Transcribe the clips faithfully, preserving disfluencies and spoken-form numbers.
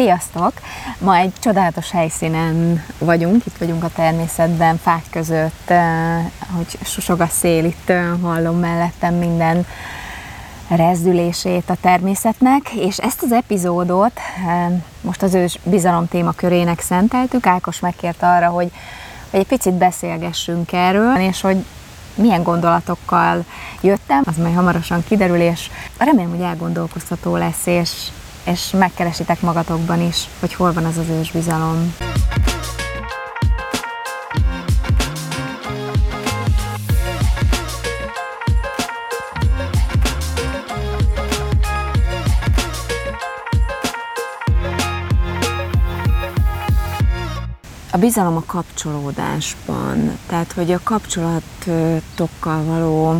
Sziasztok! Ma egy csodálatos helyszínen vagyunk, itt vagyunk a természetben, fák között, hogy susog a szél, itt hallom mellettem minden rezdülését a természetnek, és ezt az epizódot most az ős bizalom témakörének szenteltük. Ákos megkért arra, hogy, hogy egy picit beszélgessünk erről, és hogy milyen gondolatokkal jöttem, az majd hamarosan kiderül, és remélem, hogy elgondolkoztató lesz, és, és megkeresitek magatokban is, hogy hol van az az ősbizalom. A bizalom a kapcsolódásban, tehát hogy a kapcsolatokkal való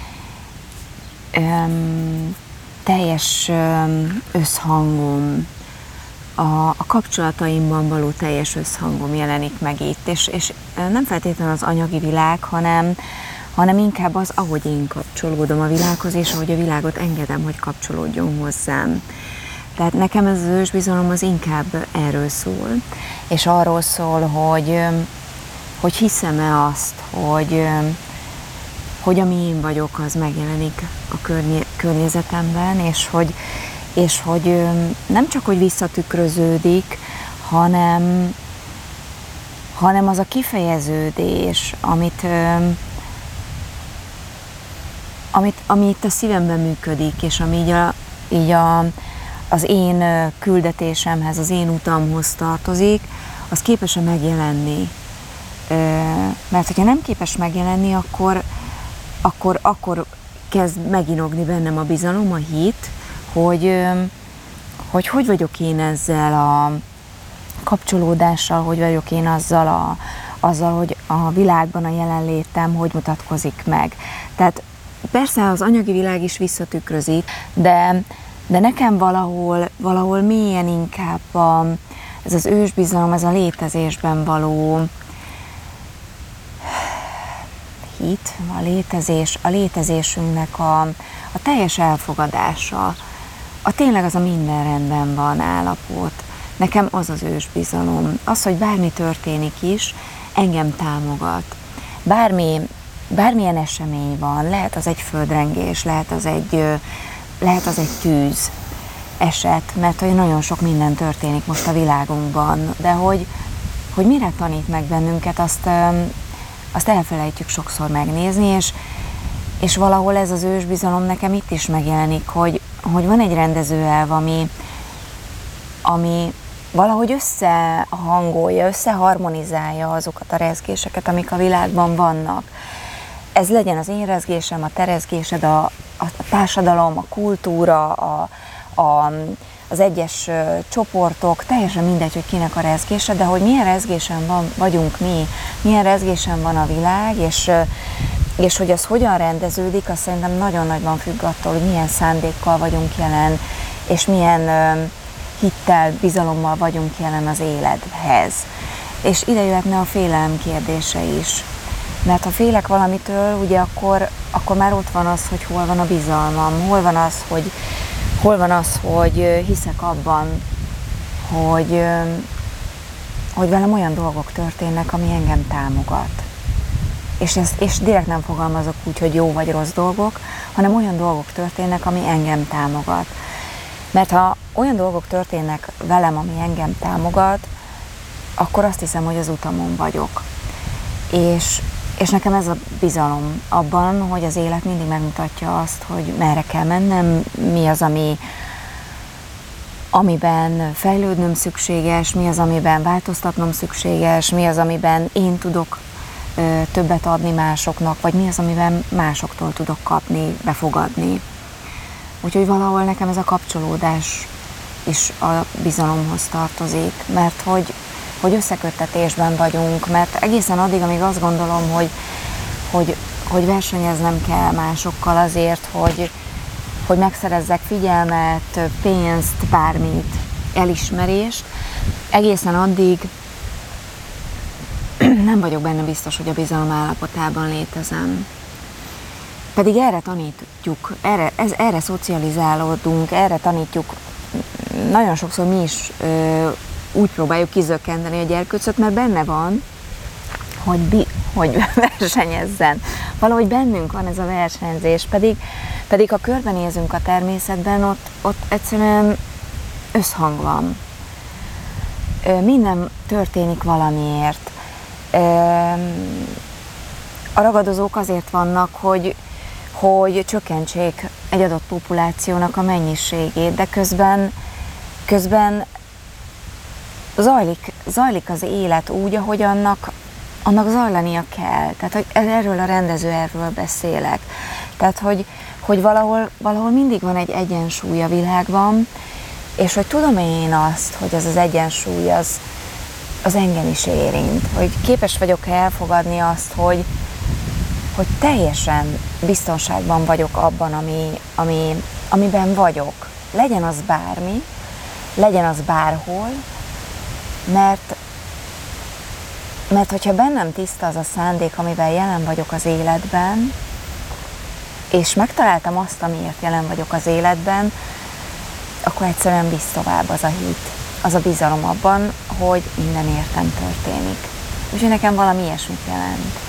öm, teljes öm, összhangom, a, a kapcsolataimban való teljes összhangom jelenik meg itt, és, és nem feltétlenül az anyagi világ, hanem, hanem inkább az, ahogy én kapcsolódom a világhoz, és ahogy a világot engedem, hogy kapcsolódjon hozzám. Tehát nekem ez az ősbizalom az inkább erről szól, és arról szól, hogy, hogy hiszem-e azt, hogy, hogy ami én vagyok, az megjelenik a környe, környezetemben, és hogy, és hogy nem csak, hogy visszatükröződik, hanem, hanem az a kifejeződés, amit, amit, ami itt a szívemben működik, és ami így a, így a az én küldetésemhez, az én utamhoz tartozik, az képes-e megjelenni. Mert hogyha nem képes megjelenni, akkor, akkor, akkor kezd meginogni bennem a bizalom, a hit, hogy, hogy hogy vagyok én ezzel a kapcsolódással, hogy vagyok én azzal, a, azzal, hogy a világban a jelenlétem hogy mutatkozik meg. Tehát persze az anyagi világ is visszatükrözi, de De nekem valahol, valahol mélyen inkább a, ez az ősbizalom, ez a létezésben való hit, a létezés, a létezésünknek a, a teljes elfogadása, a tényleg az a minden rendben van állapot. Nekem az az ősbizalom, az, hogy bármi történik is, engem támogat. Bármi, bármilyen esemény van, lehet az egy földrengés, lehet az egy lehet az egy tűz eset, mert hogy nagyon sok minden történik most a világunkban, de hogy, hogy mire tanít meg bennünket, azt, azt elfelejtjük sokszor megnézni, és, és valahol ez az ősbizalom nekem itt is megjelenik, hogy, hogy van egy rendezőelv, ami, ami valahogy összehangolja, összeharmonizálja azokat a rezgéseket, amik a világban vannak. Ez legyen az én rezgésem, a te rezgésed, a, a társadalom, a kultúra, a, a, az egyes csoportok, teljesen mindegy, hogy kinek a rezgése, de hogy milyen rezgésen van, vagyunk mi, milyen rezgésen van a világ, és, és hogy az hogyan rendeződik, az szerintem nagyon nagyban függ attól, hogy milyen szándékkal vagyunk jelen, és milyen hittel, bizalommal vagyunk jelen az élethez. És ide jöhetne a félelem kérdése is. Mert ha félek valamitől, ugye akkor, akkor már ott van az, hogy hol van a bizalmam, hol van az, hogy, hol van az, hogy hiszek abban, hogy, hogy velem olyan dolgok történnek, ami engem támogat. És, ez, és direkt nem fogalmazok úgy, hogy jó vagy rossz dolgok, hanem olyan dolgok történnek, ami engem támogat. Mert ha olyan dolgok történnek velem, ami engem támogat, akkor azt hiszem, hogy az utamon vagyok. És És nekem ez a bizalom abban, hogy az élet mindig megmutatja azt, hogy merre kell mennem, mi az, ami, amiben fejlődnöm szükséges, mi az, amiben változtatnom szükséges, mi az, amiben én tudok ö, többet adni másoknak, vagy mi az, amiben másoktól tudok kapni, befogadni. Úgyhogy valahol nekem ez a kapcsolódás is a bizalomhoz tartozik, mert hogy hogy összeköttetésben vagyunk, mert egészen addig, amíg azt gondolom, hogy, hogy, hogy versenyeznem kell másokkal azért, hogy, hogy megszerezzek figyelmet, pénzt, bármit, elismerést, egészen addig nem vagyok benne biztos, hogy a bizalom állapotában létezem. Pedig erre tanítjuk, erre, ez, erre szocializálódunk, erre tanítjuk nagyon sokszor mi is ö, úgy próbáljuk kizökkenteni a gyerkőcöt, mert benne van, hogy, bi, hogy versenyezzen. Valahogy bennünk van ez a versenyzés, pedig, pedig ha körbenézünk a természetben, ott, ott egyszerűen összhang van. Ö, minden történik valamiért. Ö, a ragadozók azért vannak, hogy, hogy csökkentsék egy adott populációnak a mennyiségét, de közben, közben zajlik, zajlik az élet úgy, ahogy annak, annak zajlania kell. Tehát, hogy erről a rendező erről beszélek. Tehát, hogy, hogy valahol, valahol mindig van egy egyensúly a világban, és hogy tudom én azt, hogy ez az egyensúly az, az engem is érint. Hogy képes vagyok elfogadni azt, hogy, hogy teljesen biztonságban vagyok abban, ami, ami, amiben vagyok. Legyen az bármi, legyen az bárhol, mert, mert hogyha bennem tiszta az a szándék, amivel jelen vagyok az életben, és megtaláltam azt, amiért jelen vagyok az életben, akkor egyszerűen visz tovább az a hit, az a bizalom abban, hogy minden értem történik. Úgyhogy nekem valami ilyesmit jelent.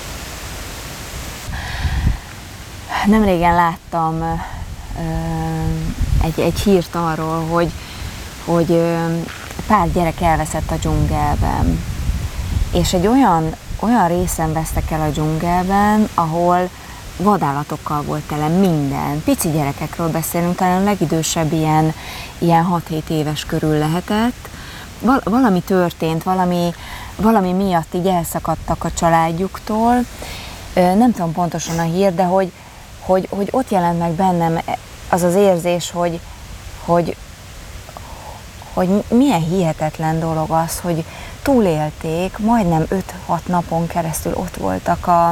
Nemrégen láttam ö, egy, egy hírt arról, hogy, hogy ö, pár gyerek elveszett a dzsungelben, és egy olyan, olyan részen vesztek el a dzsungelben, ahol vadállatokkal volt tele minden. Pici gyerekekről beszélünk, talán a legidősebb ilyen, ilyen hat-hét éves körül lehetett. Val- valami történt, valami, valami miatt így elszakadtak a családjuktól. Nem tudom pontosan a hír, de hogy, hogy, hogy ott jelent meg bennem az az érzés, hogy, hogy, hogy milyen hihetetlen dolog az, hogy túlélték, majdnem öt-hat napon keresztül ott voltak a,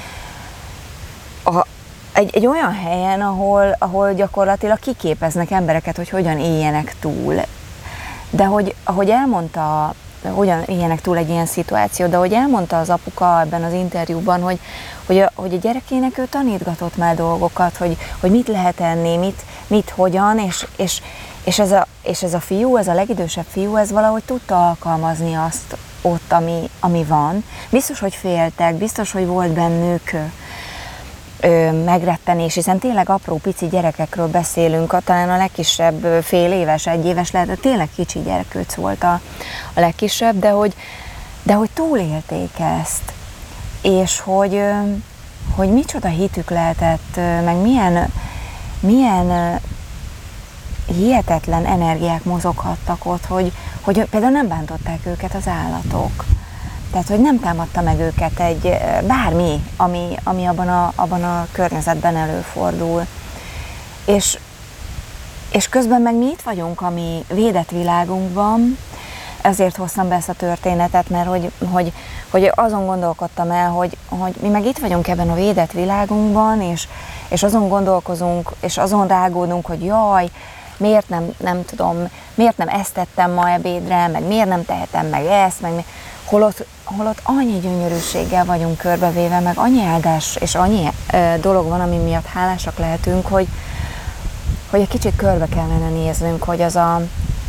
a, egy, egy olyan helyen, ahol, ahol gyakorlatilag kiképeznek embereket, hogy hogyan éljenek túl. De hogy, ahogy elmondta, hogyan éljenek túl egy ilyen szituáció, de ahogy elmondta az apuka ebben az interjúban, hogy, hogy, a, hogy a gyerekének ő tanítgatott már dolgokat, hogy, hogy mit lehet enni, mit, mit hogyan, és, és, és, ez a, és ez a fiú, ez a legidősebb fiú, ez valahogy tudta alkalmazni azt ott, ami, ami van. Biztos, hogy féltek, biztos, hogy volt bennük ö, megrettenés, hiszen tényleg apró, pici gyerekekről beszélünk, talán a legkisebb fél éves, egy éves lehet, de tényleg kicsi gyerkőc volt a, a legkisebb, de hogy, de hogy túlélték ezt, és hogy, ö, hogy micsoda hitük lehetett, meg milyen, milyen hihetetlen energiák mozoghattak ott, hogy, hogy például nem bántották őket az állatok. Tehát, hogy nem támadta meg őket egy bármi, ami, ami abban, a, abban a környezetben előfordul. És, és közben meg mi itt vagyunk a mi védett világunkban, ezért hoztam be ezt a történetet, mert hogy, hogy, hogy azon gondolkodtam el, hogy, hogy mi meg itt vagyunk ebben a védett világunkban, és, és azon gondolkozunk, és azon rágódunk, hogy jaj, miért nem, nem tudom, miért nem ezt tettem ma ebédre, meg miért nem tehetem meg ezt, meg mi, holott, holott annyi gyönyörűséggel vagyunk körbevéve, meg annyi áldás és annyi ö, dolog van, ami miatt hálásak lehetünk, hogy, hogy egy kicsit körbe kellene néznünk, hogy az a,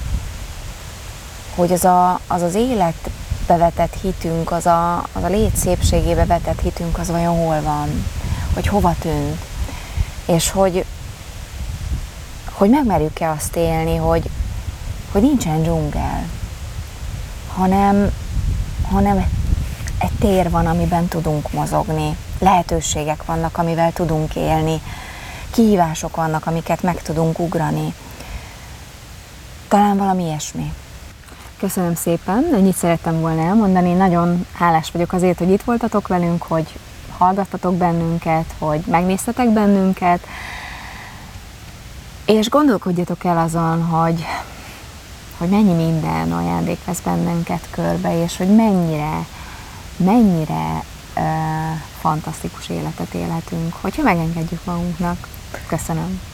hogy az, a, az, az életbe vetett hitünk, az a, az a lét szépségébe vetett hitünk, az vajon hol van, hogy hova tűnt, és hogy hogy megmerjük-e azt élni, hogy, hogy nincsen dzsungel, hanem, hanem egy tér van, amiben tudunk mozogni, lehetőségek vannak, amivel tudunk élni, kihívások vannak, amiket meg tudunk ugrani. Talán valami ilyesmi. Köszönöm szépen, ennyit szerettem volna elmondani. Nagyon hálás vagyok azért, hogy itt voltatok velünk, hogy hallgattatok bennünket, hogy megnéztetek bennünket, és gondolkodjatok el azon, hogy, hogy mennyi minden ajándék vesz bennünket körbe, és hogy mennyire, mennyire uh, fantasztikus életet élhetünk, hogyha megengedjük magunknak. Köszönöm.